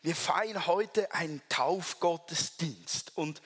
Wir feiern heute einen Taufgottesdienst. Und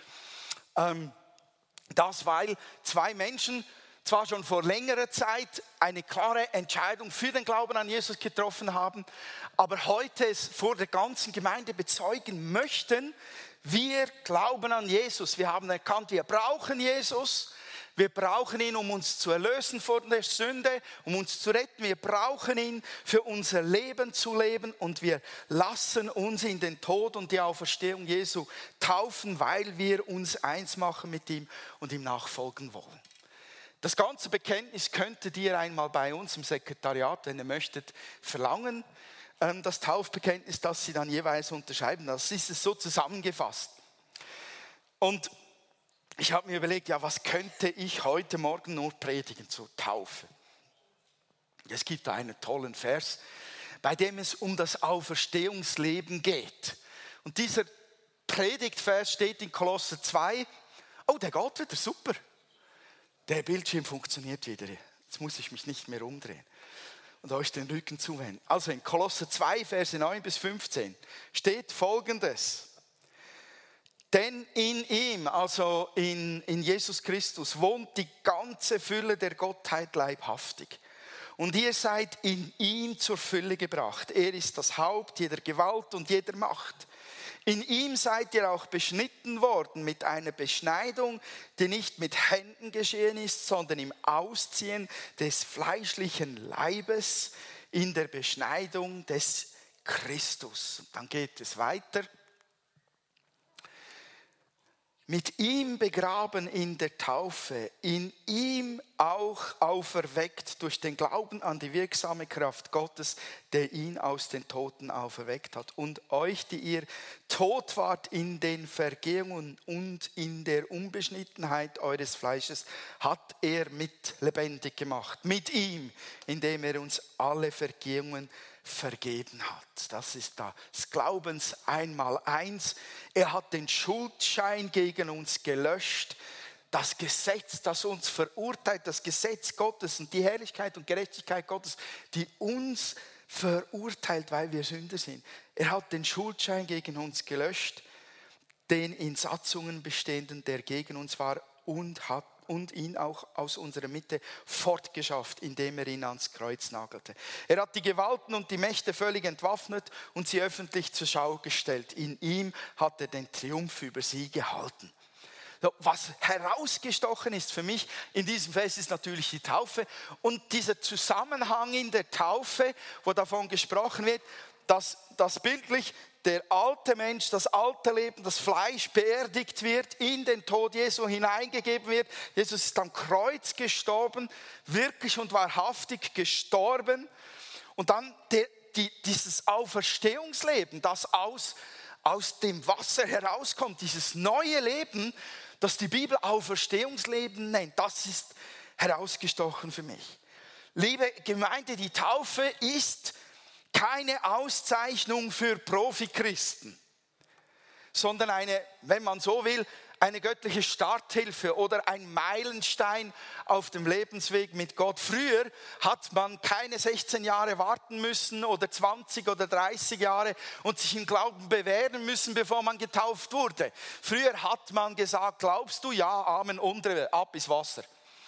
das, weil zwei Menschen zwar schon vor längerer Zeit eine klare Entscheidung für den Glauben an Jesus getroffen haben, aber heute es vor der ganzen Gemeinde bezeugen möchten, wir glauben an Jesus. Wir haben erkannt, wir brauchen Jesus. Wir brauchen ihn, um uns zu erlösen von der Sünde, um uns zu retten. Wir brauchen ihn, für unser Leben zu leben. Und wir lassen uns in den Tod und die Auferstehung Jesu taufen, weil wir uns eins machen mit ihm und ihm nachfolgen wollen. Das ganze Bekenntnis könntet ihr einmal bei uns im Sekretariat, wenn ihr möchtet, verlangen. Das Taufbekenntnis, das sie dann jeweils unterschreiben. Das ist es so zusammengefasst. Und ich habe mir überlegt, ja, was könnte ich heute Morgen nur predigen zur Taufe? Es gibt da einen tollen Vers, bei dem es um das Auferstehungsleben geht. Und dieser Predigtvers steht in Kolosser 2. Oh, der geht wieder, super. Der Bildschirm funktioniert wieder. Jetzt muss ich mich nicht mehr umdrehen und euch den Rücken zuwenden. Also in Kolosser 2, Verse 9 bis 15 steht Folgendes. Denn in ihm, also in Jesus Christus, wohnt die ganze Fülle der Gottheit leibhaftig. Und ihr seid in ihm zur Fülle gebracht. Er ist das Haupt jeder Gewalt und jeder Macht. In ihm seid ihr auch beschnitten worden mit einer Beschneidung, die nicht mit Händen geschehen ist, sondern im Ausziehen des fleischlichen Leibes in der Beschneidung des Christus. Und dann geht es weiter. Mit ihm begraben in der Taufe, in ihm auch auferweckt durch den Glauben an die wirksame Kraft Gottes, der ihn aus den Toten auferweckt hat. Und euch, die ihr tot wart in den Vergehungen und in der Unbeschnittenheit eures Fleisches, hat er mit lebendig gemacht. Mit ihm, indem er uns alle Vergehungen vergeben hat. Das ist das Glaubens Einmaleins. Er hat den Schuldschein gegen uns gelöscht. Das Gesetz, das uns verurteilt, das Gesetz Gottes und die Herrlichkeit und Gerechtigkeit Gottes, die uns verurteilt, weil wir Sünder sind. Er hat den Schuldschein gegen uns gelöscht, den in Satzungen bestehenden, der gegen uns war, und ihn auch aus unserer Mitte fortgeschafft, indem er ihn ans Kreuz nagelte. Er hat die Gewalten und die Mächte völlig entwaffnet und sie öffentlich zur Schau gestellt. In ihm hat er den Triumph über sie gehalten. Was herausgestochen ist für mich in diesem Vers ist natürlich die Taufe und dieser Zusammenhang in der Taufe, wo davon gesprochen wird, dass bildlich der alte Mensch, das alte Leben, das Fleisch beerdigt wird, in den Tod Jesu hineingegeben wird. Jesus ist am Kreuz gestorben, wirklich und wahrhaftig gestorben. Und dann dieses Auferstehungsleben, das aus dem Wasser herauskommt, dieses neue Leben, das die Bibel Auferstehungsleben nennt, das ist herausgestochen für mich. Liebe Gemeinde, die Taufe ist keine Auszeichnung für Profi-Christen, sondern eine, wenn man so will, eine göttliche Starthilfe oder ein Meilenstein auf dem Lebensweg mit Gott. Früher hat man keine 16 Jahre warten müssen oder 20 oder 30 Jahre und sich im Glauben bewähren müssen, bevor man getauft wurde. Früher hat man gesagt, glaubst du? Ja, Amen, ab ins Wasser.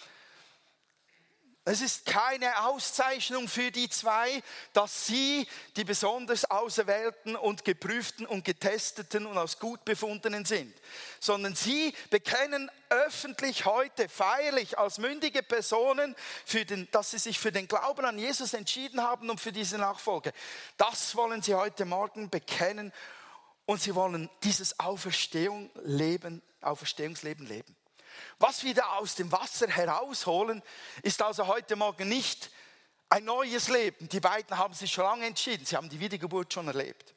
Es ist keine Auszeichnung für die zwei, dass sie die besonders Auserwählten und Geprüften und Getesteten und als gut befundenen sind, sondern sie bekennen öffentlich heute, feierlich als mündige Personen, dass sie sich für den Glauben an Jesus entschieden haben und für diese Nachfolge. Das wollen sie heute Morgen bekennen und sie wollen dieses Auferstehungsleben leben. Was wir da aus dem Wasser herausholen, ist also heute Morgen nicht ein neues Leben. Die beiden haben sich schon lange entschieden. Sie haben die Wiedergeburt schon erlebt.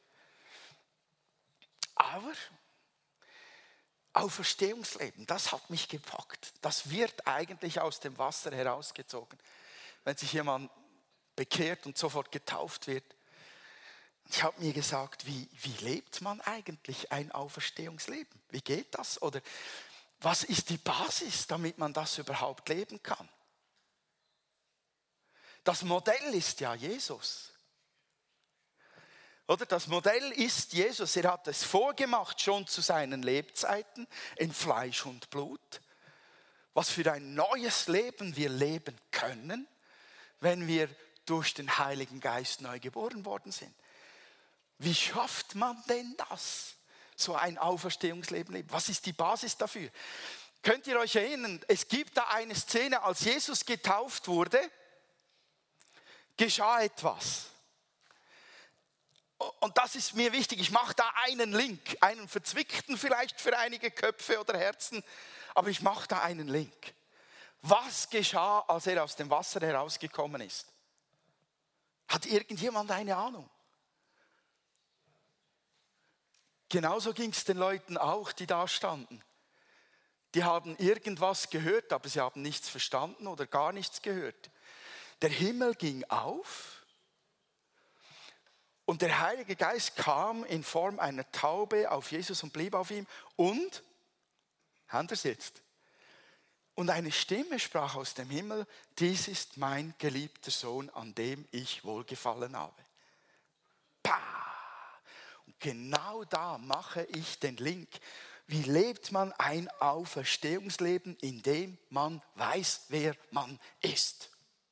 Aber Auferstehungsleben, das hat mich gepackt. Das wird eigentlich aus dem Wasser herausgezogen. Wenn sich jemand bekehrt und sofort getauft wird. Ich habe mir gesagt, wie lebt man eigentlich ein Auferstehungsleben? Wie geht das? Oder was ist die Basis, damit man das überhaupt leben kann? Das Modell ist ja Jesus. Oder das Modell ist Jesus. Er hat es vorgemacht schon zu seinen Lebzeiten in Fleisch und Blut. Was für ein neues Leben wir leben können, wenn wir durch den Heiligen Geist neu geboren worden sind. Wie schafft man denn das? So ein Auferstehungsleben leben. Was ist die Basis dafür? Könnt ihr euch erinnern, es gibt da eine Szene, als Jesus getauft wurde, geschah etwas. Und das ist mir wichtig. Ich mache da einen Link, einen verzwickten vielleicht für einige Köpfe oder Herzen, aber ich mache da einen Link. Was geschah, als er aus dem Wasser herausgekommen ist? Hat irgendjemand eine Ahnung? Genauso ging es den Leuten auch, die da standen. Die haben irgendwas gehört, aber sie haben nichts verstanden oder gar nichts gehört. Der Himmel ging auf. Und der Heilige Geist kam in Form einer Taube auf Jesus und blieb auf ihm. Und, Hand es jetzt. Und eine Stimme sprach aus dem Himmel, dies ist mein geliebter Sohn, an dem ich wohlgefallen habe. Pah! Und genau da mache ich den Link. Wie lebt man ein Auferstehungsleben, in dem man weiß, wer man ist?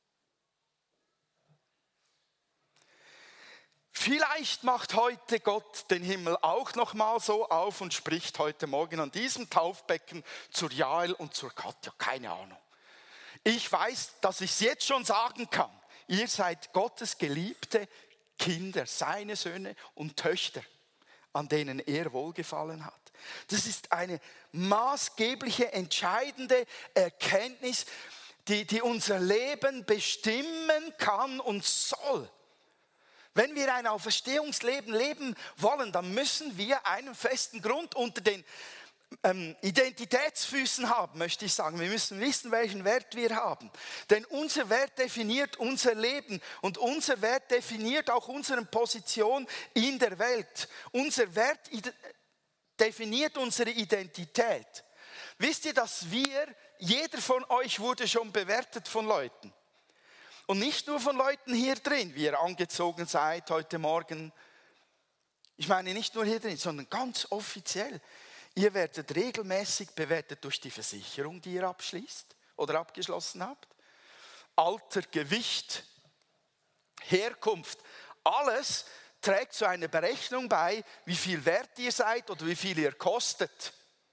Vielleicht macht heute Gott den Himmel auch noch mal so auf und spricht heute Morgen an diesem Taufbecken zur Jael und zur Katja. Keine Ahnung. Ich weiß, dass ich es jetzt schon sagen kann. Ihr seid Gottes geliebte Kinder, seine Söhne und Töchter, an denen er wohlgefallen hat. Das ist eine maßgebliche, entscheidende Erkenntnis, die unser Leben bestimmen kann und soll. Wenn wir ein Auferstehungsleben leben wollen, dann müssen wir einen festen Grund unter den Identitätsfüßen haben, möchte ich sagen. Wir müssen wissen, welchen Wert wir haben. Denn unser Wert definiert unser Leben und unser Wert definiert auch unsere Position in der Welt. Unser Wert definiert unsere Identität. Wisst ihr, dass jeder von euch wurde schon bewertet von Leuten? Und nicht nur von Leuten hier drin, wie ihr angezogen seid heute Morgen. Ich meine nicht nur hier drin, sondern ganz offiziell. Ihr werdet regelmäßig bewertet durch die Versicherung, die ihr abschließt oder abgeschlossen habt. Alter, Gewicht, Herkunft, alles trägt zu einer Berechnung bei, wie viel wert ihr seid oder wie viel ihr kostet.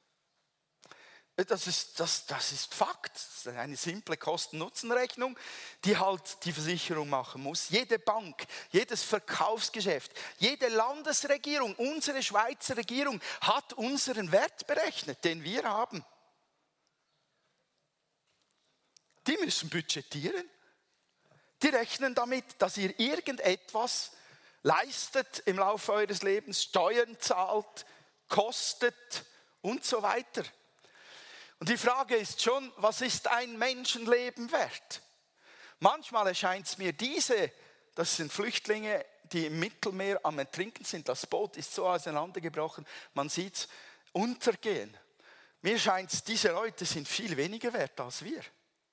Das ist Fakt. Das ist eine simple Kosten-Nutzen-Rechnung, die halt die Versicherung machen muss. Jede Bank, jedes Verkaufsgeschäft, jede Landesregierung, unsere Schweizer Regierung hat unseren Wert berechnet, den wir haben. Die müssen budgetieren. Die rechnen damit, dass ihr irgendetwas leistet im Laufe eures Lebens, Steuern zahlt, kostet und so weiter. Und die Frage ist schon, was ist ein Menschenleben wert? Manchmal erscheint es mir das sind Flüchtlinge, die im Mittelmeer am Ertrinken sind. Das Boot ist so auseinandergebrochen, man sieht es untergehen. Mir scheint es, diese Leute sind viel weniger wert als wir.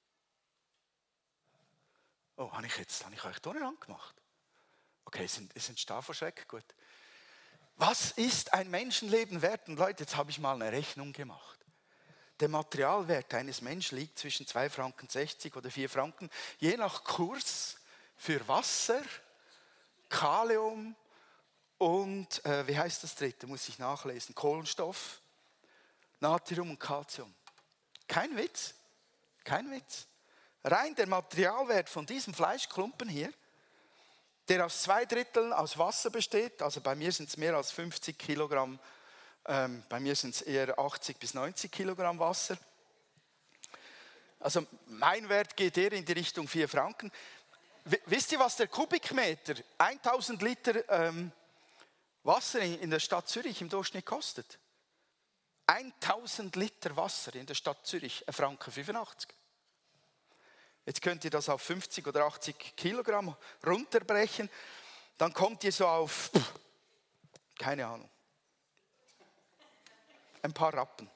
Oh, habe ich euch durcheinander gemacht? Okay, es sind starr vor Schreck, gut. Was ist ein Menschenleben wert? Und Leute, jetzt habe ich mal eine Rechnung gemacht. Der Materialwert eines Menschen liegt zwischen 2,60 Franken oder 4 Franken, je nach Kurs für Wasser, Kalium und, wie heißt das dritte, muss ich nachlesen, Kohlenstoff, Natrium und Calcium. Kein Witz, kein Witz. Rein der Materialwert von diesem Fleischklumpen hier, der aus 2/3 aus Wasser besteht, also bei mir sind es mehr als 50 Kilogramm, bei mir sind es eher 80 bis 90 Kilogramm Wasser. Also mein Wert geht eher in die Richtung 4 Franken. Wisst ihr, was der Kubikmeter, 1000 Liter Wasser in der Stadt Zürich im Durchschnitt kostet? 1000 Liter Wasser in der Stadt Zürich, 1,85 Franken. Jetzt könnt ihr das auf 50 oder 80 Kilogramm runterbrechen. Dann kommt ihr so auf, keine Ahnung, ein paar Rappen.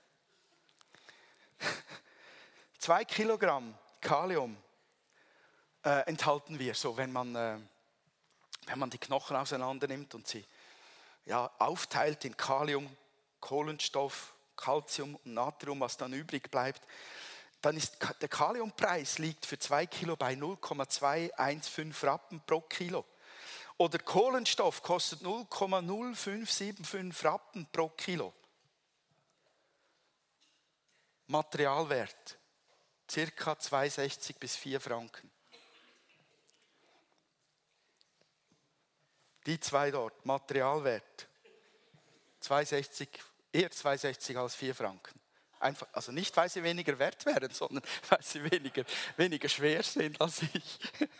2 Kilogramm Kalium enthalten wir, so wenn man wenn man die Knochen auseinander nimmt und sie aufteilt in Kalium, Kohlenstoff, Calcium und Natrium, was dann übrig bleibt, dann ist der Kaliumpreis liegt für 2 Kilo bei 0,215 Rappen pro Kilo. Oder Kohlenstoff kostet 0,0575 Rappen pro Kilo. Materialwert circa 2,60 bis 4 Franken. Die zwei dort, Materialwert 2,60, eher 2,60 als 4 Franken. Einfach, also nicht, weil sie weniger wert wären, sondern weil sie weniger schwer sind als ich.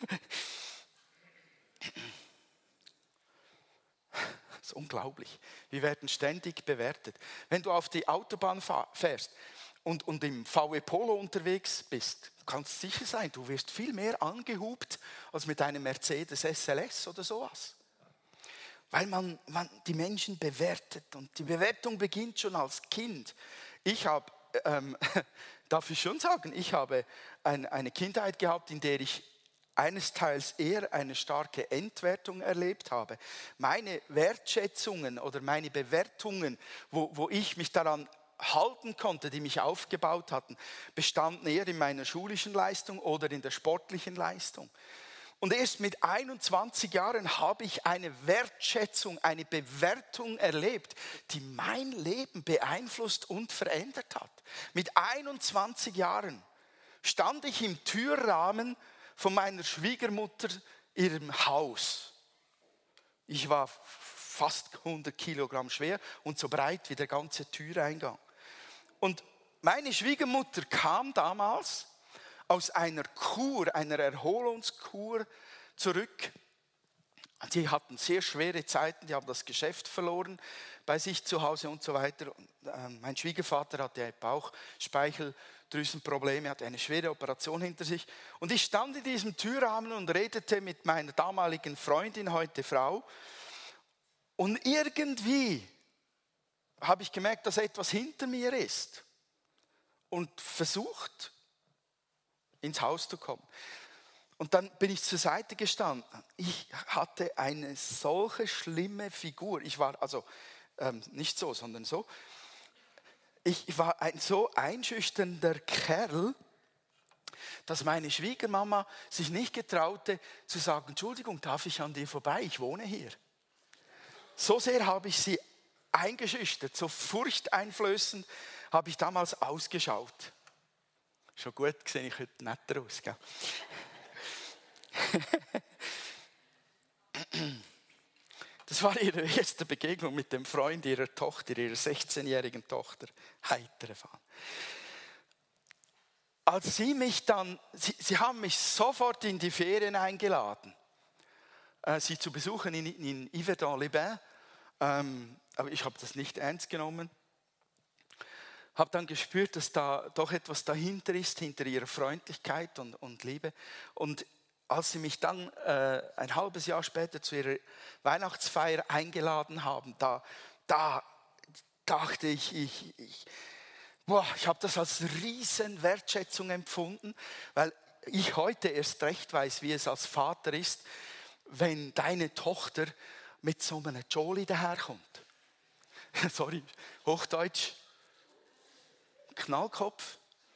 Das ist unglaublich. Wir werden ständig bewertet. Wenn du auf die Autobahn fährst und im VW Polo unterwegs bist, kannst du sicher sein, du wirst viel mehr angehupt als mit einem Mercedes SLS oder sowas. Weil man die Menschen bewertet und die Bewertung beginnt schon als Kind. Ich habe, darf ich schon sagen, ich habe eine Kindheit gehabt, in der ich eines Teils eher eine starke Entwertung erlebt habe. Meine Wertschätzungen oder meine Bewertungen, wo ich mich daran halten konnte, die mich aufgebaut hatten, bestanden eher in meiner schulischen Leistung oder in der sportlichen Leistung. Und erst mit 21 Jahren habe ich eine Wertschätzung, eine Bewertung erlebt, die mein Leben beeinflusst und verändert hat. Mit 21 Jahren stand ich im Türrahmen von meiner Schwiegermutter ihrem Haus. Ich war fast 100 Kilogramm schwer und so breit wie der ganze Türeingang. Und meine Schwiegermutter kam damals aus einer Kur, einer Erholungskur zurück. Sie hatten sehr schwere Zeiten, die haben das Geschäft verloren bei sich zu Hause und so weiter. Mein Schwiegervater hatte Bauchspeicheldrüsenprobleme, hatte eine schwere Operation hinter sich. Und ich stand in diesem Türrahmen und redete mit meiner damaligen Freundin, heute Frau. Und irgendwie habe ich gemerkt, dass etwas hinter mir ist. Und versucht, ins Haus zu kommen. Und dann bin ich zur Seite gestanden. Ich hatte eine solche schlimme Figur. Ich war also nicht so, sondern so. Ich war ein so einschüchternder Kerl, dass meine Schwiegermama sich nicht getraute zu sagen, Entschuldigung, darf ich an dir vorbei? Ich wohne hier. So sehr habe ich sie eingeschüchtert, so furchteinflößend habe ich damals ausgeschaut. Schon gut sehe ich heute netter aus, gell? Das war ihre erste Begegnung mit dem Freund ihrer Tochter, ihrer 16-jährigen Tochter. Heitere Fahne. Als sie mich dann, sie haben mich sofort in die Ferien eingeladen, sie zu besuchen in Yverdon-les-Bains. Aber ich habe das nicht ernst genommen. Habe dann gespürt, dass da doch etwas dahinter ist, hinter ihrer Freundlichkeit und Liebe. Und als sie mich dann ein halbes Jahr später zu ihrer Weihnachtsfeier eingeladen haben, da dachte ich habe das als riesen Wertschätzung empfunden, weil ich heute erst recht weiß, wie es als Vater ist, wenn deine Tochter mit so einem Jolie daherkommt. Sorry, Hochdeutsch. Knallkopf.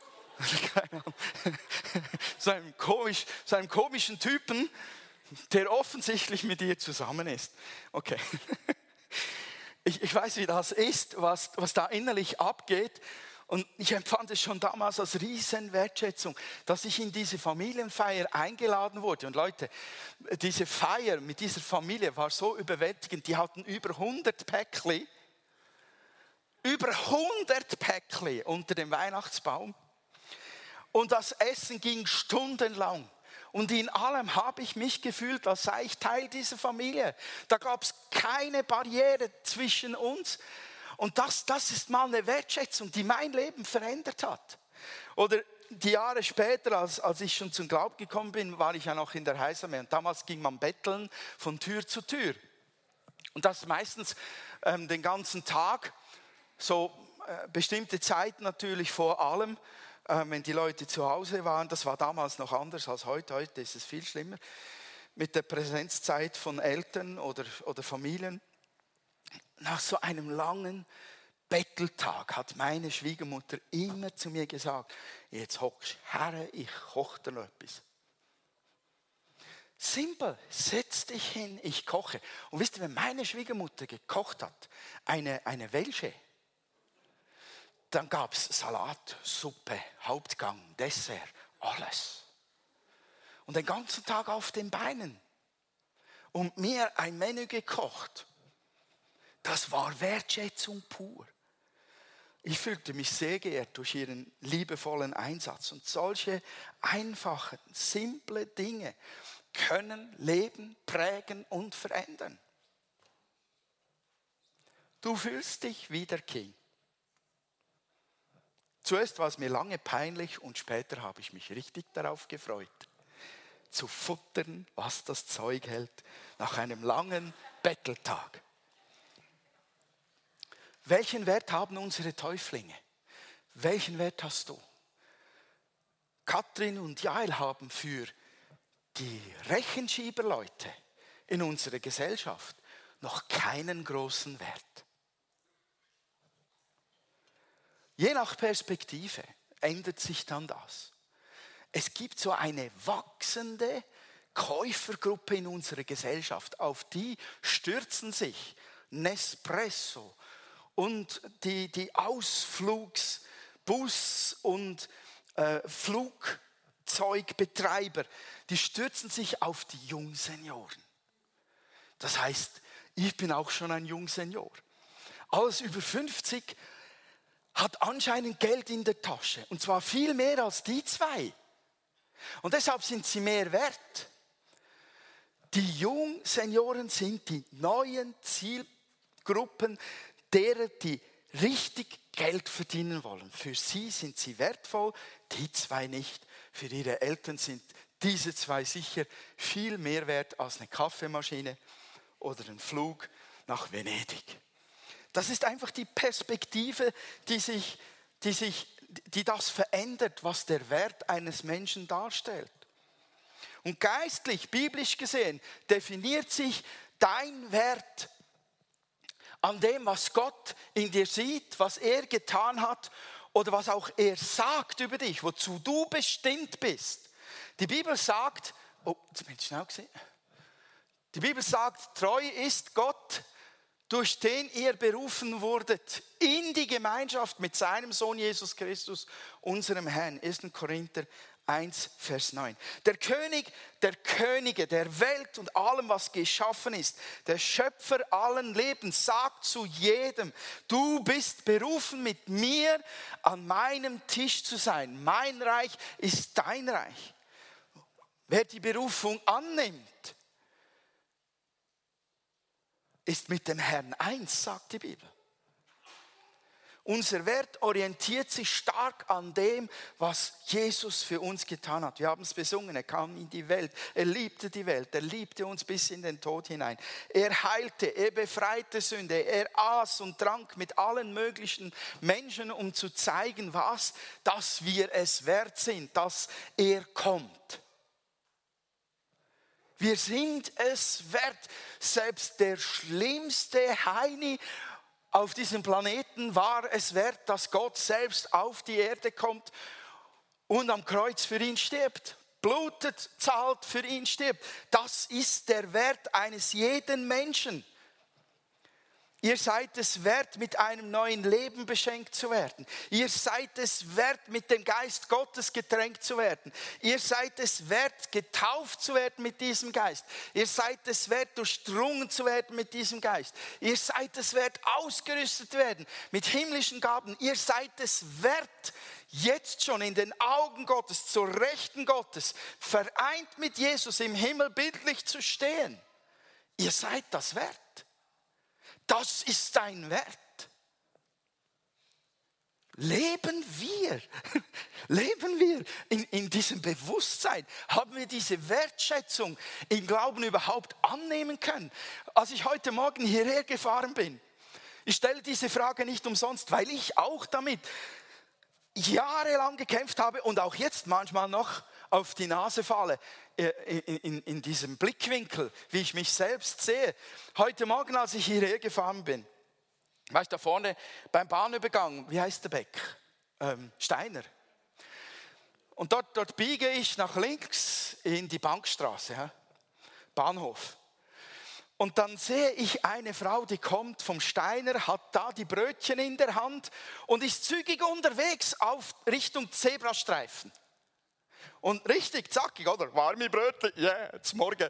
so einem komischen Typen, der offensichtlich mit ihr zusammen ist. Okay. Ich weiß, wie das ist, was da innerlich abgeht. Und ich empfand es schon damals als riesen Wertschätzung, dass ich in diese Familienfeier eingeladen wurde. Und Leute, diese Feier mit dieser Familie war so überwältigend. Die hatten über 100 Päckli. Über 100 Päckli unter dem Weihnachtsbaum. Und das Essen ging stundenlang. Und in allem habe ich mich gefühlt, als sei ich Teil dieser Familie. Da gab es keine Barriere zwischen uns. Und das ist mal eine Wertschätzung, die mein Leben verändert hat. Oder die Jahre später, als ich schon zum Glauben gekommen bin, war ich ja noch in der Heilsarmee. Und damals ging man betteln von Tür zu Tür. Und das meistens den ganzen Tag. So bestimmte Zeit natürlich vor allem, wenn die Leute zu Hause waren. Das war damals noch anders als heute. Heute ist es viel schlimmer. mit der Präsenzzeit von Eltern oder Familien. Nach so einem langen Betteltag hat meine Schwiegermutter immer zu mir gesagt, jetzt hockst du her, ich koche dir noch etwas. Simpel, setz dich hin, ich koche. Und wisst ihr, wenn meine Schwiegermutter gekocht hat, eine Welsche, dann gab es Salat, Suppe, Hauptgang, Dessert, alles. Und den ganzen Tag auf den Beinen. Und mir ein Menü gekocht. Das war Wertschätzung pur. Ich fühlte mich sehr geehrt durch ihren liebevollen Einsatz. Und solche einfachen, simple Dinge können Leben prägen und verändern. Du fühlst dich wie der King. Zuerst war es mir lange peinlich und später habe ich mich richtig darauf gefreut, zu futtern, was das Zeug hält, nach einem langen Betteltag. Welchen Wert haben unsere Täuflinge? Welchen Wert hast du? Katrin und Jael haben für die Rechenschieberleute in unserer Gesellschaft noch keinen großen Wert. Je nach Perspektive ändert sich dann das. Es gibt so eine wachsende Käufergruppe in unserer Gesellschaft, auf die stürzen sich Nespresso und die Ausflugsbus- und Flugzeugbetreiber, die stürzen sich auf die Jungsenioren. Das heißt, ich bin auch schon ein Jungsenior. Alles über 50 hat anscheinend Geld in der Tasche. Und zwar viel mehr als die zwei. Und deshalb sind sie mehr wert. Die Jungsenioren sind die neuen Zielgruppen derer, die richtig Geld verdienen wollen. Für sie sind sie wertvoll, die zwei nicht. Für ihre Eltern sind diese zwei sicher viel mehr wert als eine Kaffeemaschine oder ein Flug nach Venedig. Das ist einfach die Perspektive, die das verändert, was der Wert eines Menschen darstellt. Und geistlich, biblisch gesehen, definiert sich dein Wert an dem, was Gott in dir sieht, was er getan hat oder was auch er sagt über dich, wozu du bestimmt bist. Die Bibel sagt, jetzt bin ich schnell gesehen. Die Bibel sagt, treu ist Gott, durch den ihr berufen wurdet, in die Gemeinschaft mit seinem Sohn Jesus Christus, unserem Herrn. 1. Korinther 1, Vers 9. Der König der Könige, der Welt und allem, was geschaffen ist, der Schöpfer allen Lebens, sagt zu jedem, du bist berufen, mit mir an meinem Tisch zu sein. Mein Reich ist dein Reich. Wer die Berufung annimmt, ist mit dem Herrn eins, sagt die Bibel. Unser Wert orientiert sich stark an dem, was Jesus für uns getan hat. Wir haben es besungen, er kam in die Welt, er liebte uns bis in den Tod hinein. Er heilte, er befreite Sünde, er aß und trank mit allen möglichen Menschen, um zu zeigen, dass wir es wert sind, dass er kommt. Wir sind es wert, selbst der schlimmste Heini auf diesem Planeten war es wert, dass Gott selbst auf die Erde kommt und am Kreuz für ihn stirbt. Blutet, zahlt, für ihn stirbt. Das ist der Wert eines jeden Menschen. Ihr seid es wert, mit einem neuen Leben beschenkt zu werden. Ihr seid es wert, mit dem Geist Gottes getränkt zu werden. Ihr seid es wert, getauft zu werden mit diesem Geist. Ihr seid es wert, durchdrungen zu werden mit diesem Geist. Ihr seid es wert, ausgerüstet zu werden mit himmlischen Gaben. Ihr seid es wert, jetzt schon in den Augen Gottes, zur Rechten Gottes, vereint mit Jesus im Himmel bildlich zu stehen. Ihr seid das wert. Das ist dein Wert. Leben wir in diesem Bewusstsein? Haben wir diese Wertschätzung im Glauben überhaupt annehmen können? Als ich heute Morgen hierher gefahren bin, ich stelle diese Frage nicht umsonst, weil ich auch damit jahrelang gekämpft habe und auch jetzt manchmal noch auf die Nase falle, in diesem Blickwinkel, wie ich mich selbst sehe. Heute Morgen, als ich hierher gefahren bin, war ich da vorne beim Bahnübergang, wie heißt der Beck? Steiner. Und dort biege ich nach links in die Bankstraße, Bahnhof. Und dann sehe ich eine Frau, die kommt vom Steiner, hat da die Brötchen in der Hand und ist zügig unterwegs auf Richtung Zebrastreifen. Und richtig zackig, oder? Warme Brötchen, jetzt morgen.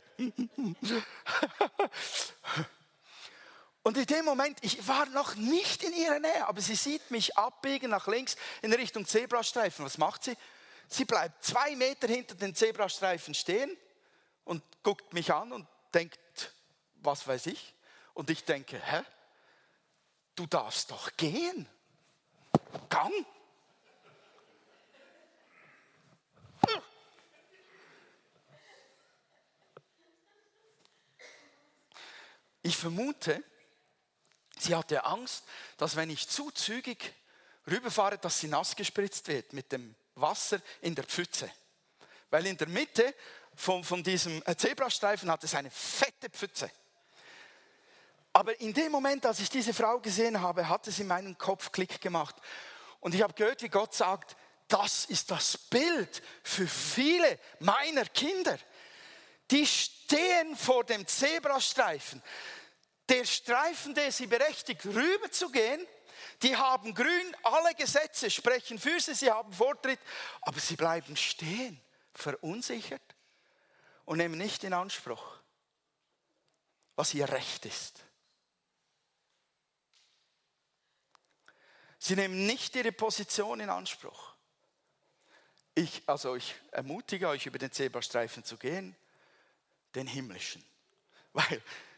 Und in dem Moment, ich war noch nicht in ihrer Nähe, aber sie sieht mich abbiegen nach links in Richtung Zebrastreifen. Was macht sie? Sie bleibt 2 Meter hinter den Zebrastreifen stehen und guckt mich an und denkt, was weiß ich. Und ich denke, du darfst doch gehen. Gang. Ich vermute, sie hatte Angst, dass wenn ich zu zügig rüberfahre, dass sie nass gespritzt wird mit dem Wasser in der Pfütze. Weil in der Mitte von diesem Zebrastreifen hat es eine fette Pfütze. Aber in dem Moment, als ich diese Frau gesehen habe, hat es in meinem Kopf Klick gemacht. Und ich habe gehört, wie Gott sagt, das ist das Bild für viele meiner Kinder. Die stehen vor dem Zebrastreifen. Der Streifen, der sie berechtigt, rüber zu gehen, die haben grün, alle Gesetze sprechen für sie, sie haben Vortritt, aber sie bleiben stehen, verunsichert und nehmen nicht in Anspruch, was ihr Recht ist. Sie nehmen nicht ihre Position in Anspruch. Ich ermutige euch, über den Zebrastreifen zu gehen, den himmlischen. Weil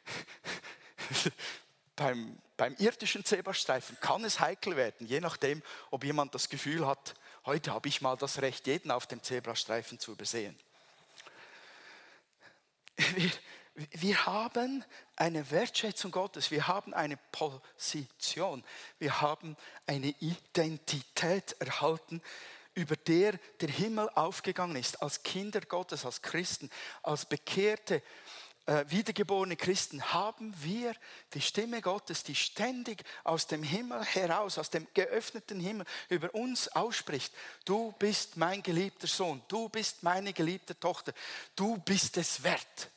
beim irdischen Zebrastreifen kann es heikel werden, je nachdem, ob jemand das Gefühl hat, heute habe ich mal das Recht, jeden auf dem Zebrastreifen zu übersehen. Wir haben eine Wertschätzung Gottes, wir haben eine Position, wir haben eine Identität erhalten, über der Himmel aufgegangen ist. Als Kinder Gottes, als Christen, als bekehrte, wiedergeborene Christen haben wir die Stimme Gottes, die ständig aus dem Himmel heraus, aus dem geöffneten Himmel über uns ausspricht. Du bist mein geliebter Sohn, du bist meine geliebte Tochter, du bist es wert.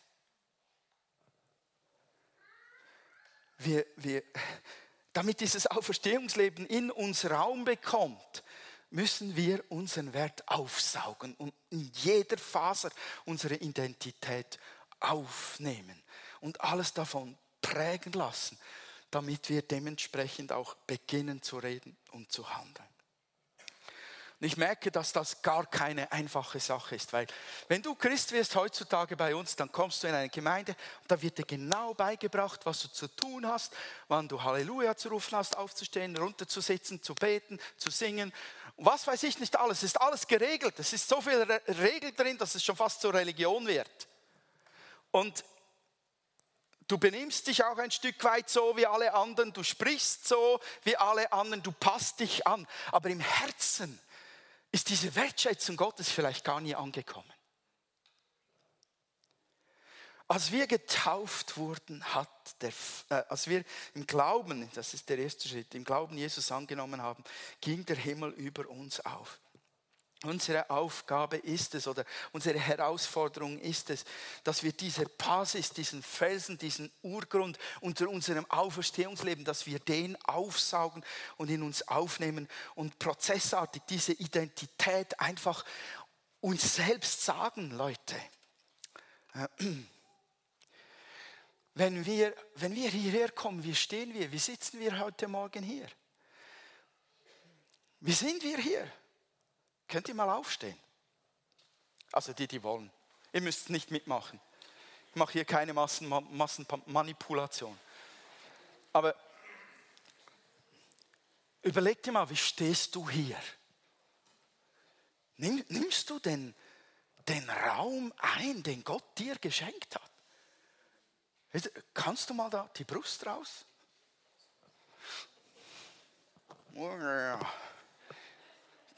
Damit dieses Auferstehungsleben in uns Raum bekommt, müssen wir unseren Wert aufsaugen und in jeder Faser unsere Identität aufnehmen und alles davon prägen lassen, damit wir dementsprechend auch beginnen zu reden und zu handeln. Und ich merke, dass das gar keine einfache Sache ist, weil wenn du Christ wirst heutzutage bei uns, dann kommst du in eine Gemeinde und da wird dir genau beigebracht, was du zu tun hast, wann du Halleluja zu rufen hast, aufzustehen, runterzusitzen, zu beten, zu singen. Was weiß ich nicht alles, es ist alles geregelt, es ist so viel Regel drin, dass es schon fast zur Religion wird. Und du benimmst dich auch ein Stück weit so wie alle anderen, du sprichst so wie alle anderen, du passt dich an, aber im Herzen ist diese Wertschätzung Gottes vielleicht gar nie angekommen. Als wir getauft wurden, als wir im Glauben, das ist der erste Schritt, im Glauben Jesus angenommen haben, ging der Himmel über uns auf. Unsere Aufgabe ist es oder unsere Herausforderung ist es, dass wir diese Basis, diesen Felsen, diesen Urgrund unter unserem Auferstehungsleben, dass wir den aufsaugen und in uns aufnehmen und prozessartig diese Identität einfach uns selbst sagen, Leute. Wenn wir hierher kommen, wie stehen wir? Wie sitzen wir heute Morgen hier? Wie sind wir hier? Könnt ihr mal aufstehen? Also die wollen. Ihr müsst nicht mitmachen. Ich mache hier keine Massenmanipulation. Aber überleg dir mal, wie stehst du hier? Nimmst du den Raum ein, den Gott dir geschenkt hat? Kannst du mal da die Brust raus?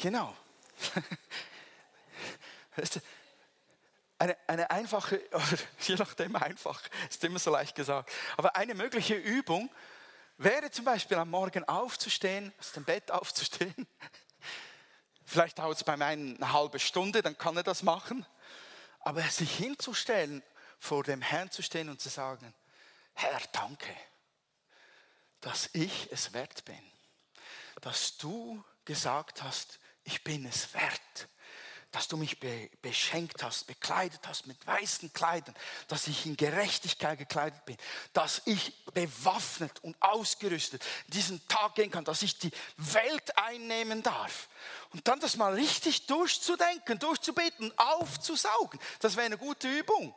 Genau. Weißt du, eine einfache, oder je nachdem einfach, ist immer so leicht gesagt, aber eine mögliche Übung wäre zum Beispiel am Morgen aufzustehen, aus dem Bett aufzustehen. Vielleicht dauert es bei mir eine halbe Stunde, dann kann er das machen. Aber sich hinzustellen, vor dem Herrn zu stehen und zu sagen, Herr, danke, dass ich es wert bin, dass du gesagt hast, ich bin es wert, dass du mich beschenkt hast, bekleidet hast mit weißen Kleidern, dass ich in Gerechtigkeit gekleidet bin, dass ich bewaffnet und ausgerüstet diesen Tag gehen kann, dass ich die Welt einnehmen darf. Und dann das mal richtig durchzudenken, durchzubeten, aufzusaugen, das wäre eine gute Übung.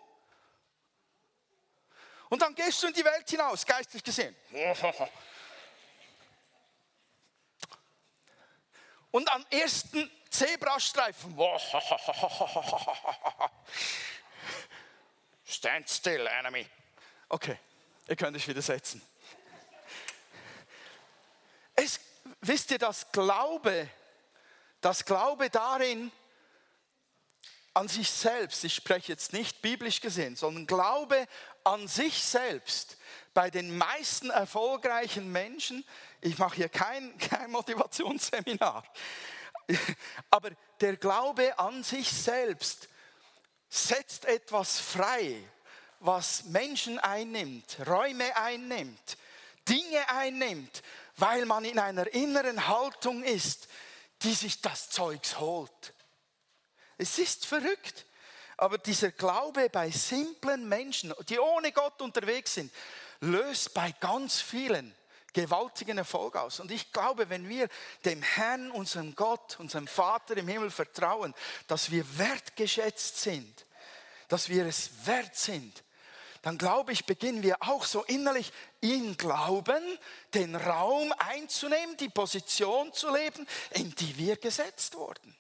Und dann gehst du in die Welt hinaus, geistlich gesehen. Und am ersten Zebrastreifen. Stand still, enemy. Okay, ihr könnt euch wieder setzen. Wisst ihr, das Glaube darin an sich selbst, ich spreche jetzt nicht biblisch gesehen, sondern Glaube an sich selbst, bei den meisten erfolgreichen Menschen, ich mache hier kein Motivationsseminar, aber der Glaube an sich selbst setzt etwas frei, was Menschen einnimmt, Räume einnimmt, Dinge einnimmt, weil man in einer inneren Haltung ist, die sich das Zeugs holt. Es ist verrückt, aber dieser Glaube bei simplen Menschen, die ohne Gott unterwegs sind, löst bei ganz vielen gewaltigen Erfolg aus. Und ich glaube, wenn wir dem Herrn, unserem Gott, unserem Vater im Himmel vertrauen, dass wir wertgeschätzt sind, dass wir es wert sind, dann glaube ich, beginnen wir auch so innerlich im Glauben den Raum einzunehmen, die Position zu leben, in die wir gesetzt wurden.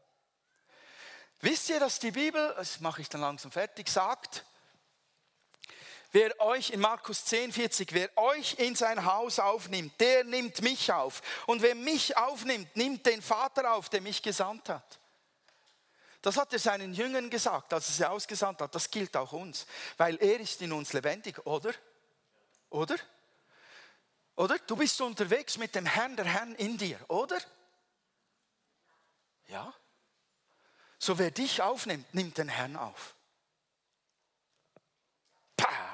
Wisst ihr, dass die Bibel, das mache ich dann langsam fertig, sagt, wer euch in Markus 10,40, wer euch in sein Haus aufnimmt, der nimmt mich auf. Und wer mich aufnimmt, nimmt den Vater auf, der mich gesandt hat. Das hat er seinen Jüngern gesagt, als er sie ausgesandt hat. Das gilt auch uns, weil er ist in uns lebendig, oder? Oder? Oder? Du bist unterwegs mit dem Herrn, der Herr in dir, oder? Ja. So wer dich aufnimmt, nimmt den Herrn auf. Pah.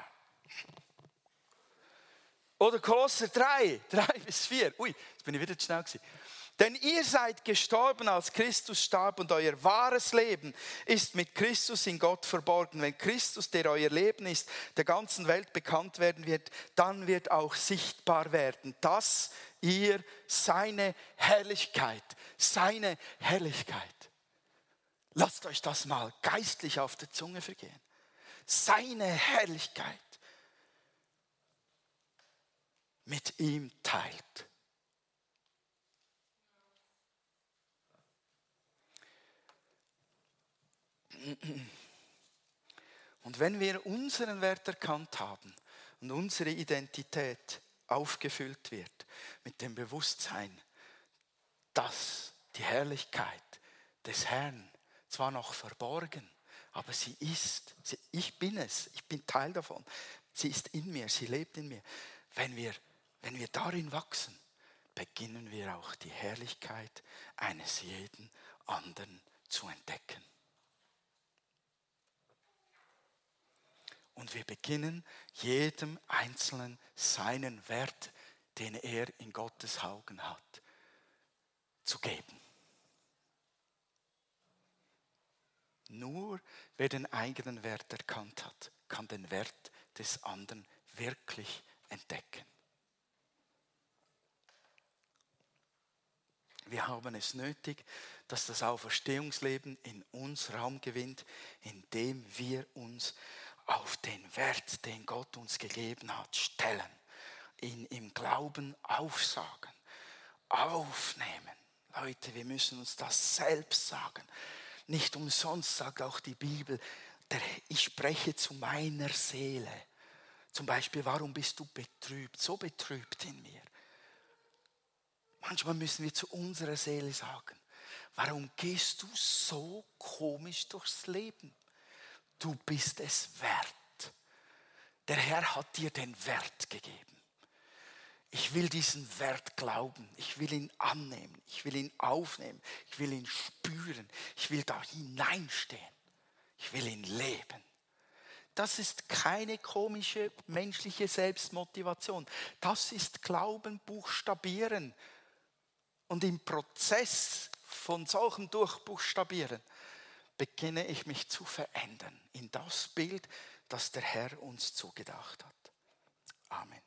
Oder Kolosser 3-4. Ui, jetzt bin ich wieder zu schnell gewesen. Denn ihr seid gestorben, als Christus starb, und euer wahres Leben ist mit Christus in Gott verborgen. Wenn Christus, der euer Leben ist, der ganzen Welt bekannt werden wird, dann wird auch sichtbar werden, dass ihr seine Herrlichkeit, lasst euch das mal geistlich auf der Zunge vergehen, seine Herrlichkeit mit ihm teilt. Und wenn wir unseren Wert erkannt haben und unsere Identität aufgefüllt wird mit dem Bewusstsein, dass die Herrlichkeit des Herrn zwar noch verborgen, aber sie ist, ich bin es, ich bin Teil davon, sie ist in mir, sie lebt in mir. Wenn wir darin wachsen, beginnen wir auch die Herrlichkeit eines jeden anderen zu entdecken. Und wir beginnen jedem Einzelnen seinen Wert, den er in Gottes Augen hat, zu geben. Nur wer den eigenen Wert erkannt hat, kann den Wert des anderen wirklich entdecken. Wir haben es nötig, dass das Auferstehungsleben in uns Raum gewinnt, indem wir uns auf den Wert, den Gott uns gegeben hat, stellen, ihn im Glauben aufsagen, aufnehmen. Leute, wir müssen uns das selbst sagen. Nicht umsonst sagt auch die Bibel, ich spreche zu meiner Seele. Zum Beispiel, warum bist du betrübt, so betrübt in mir? Manchmal müssen wir zu unserer Seele sagen, Warum gehst du so komisch durchs Leben? Du bist es wert. Der Herr hat dir den Wert gegeben. Ich will diesen Wert glauben. Ich will ihn annehmen. Ich will ihn aufnehmen. Ich will ihn spüren. Ich will da hineinstehen. Ich will ihn leben. Das ist keine komische menschliche Selbstmotivation. Das ist Glauben buchstabieren. Und im Prozess von solchem Durchbuchstabieren beginne ich mich zu verändern in das Bild, das der Herr uns zugedacht hat. Amen.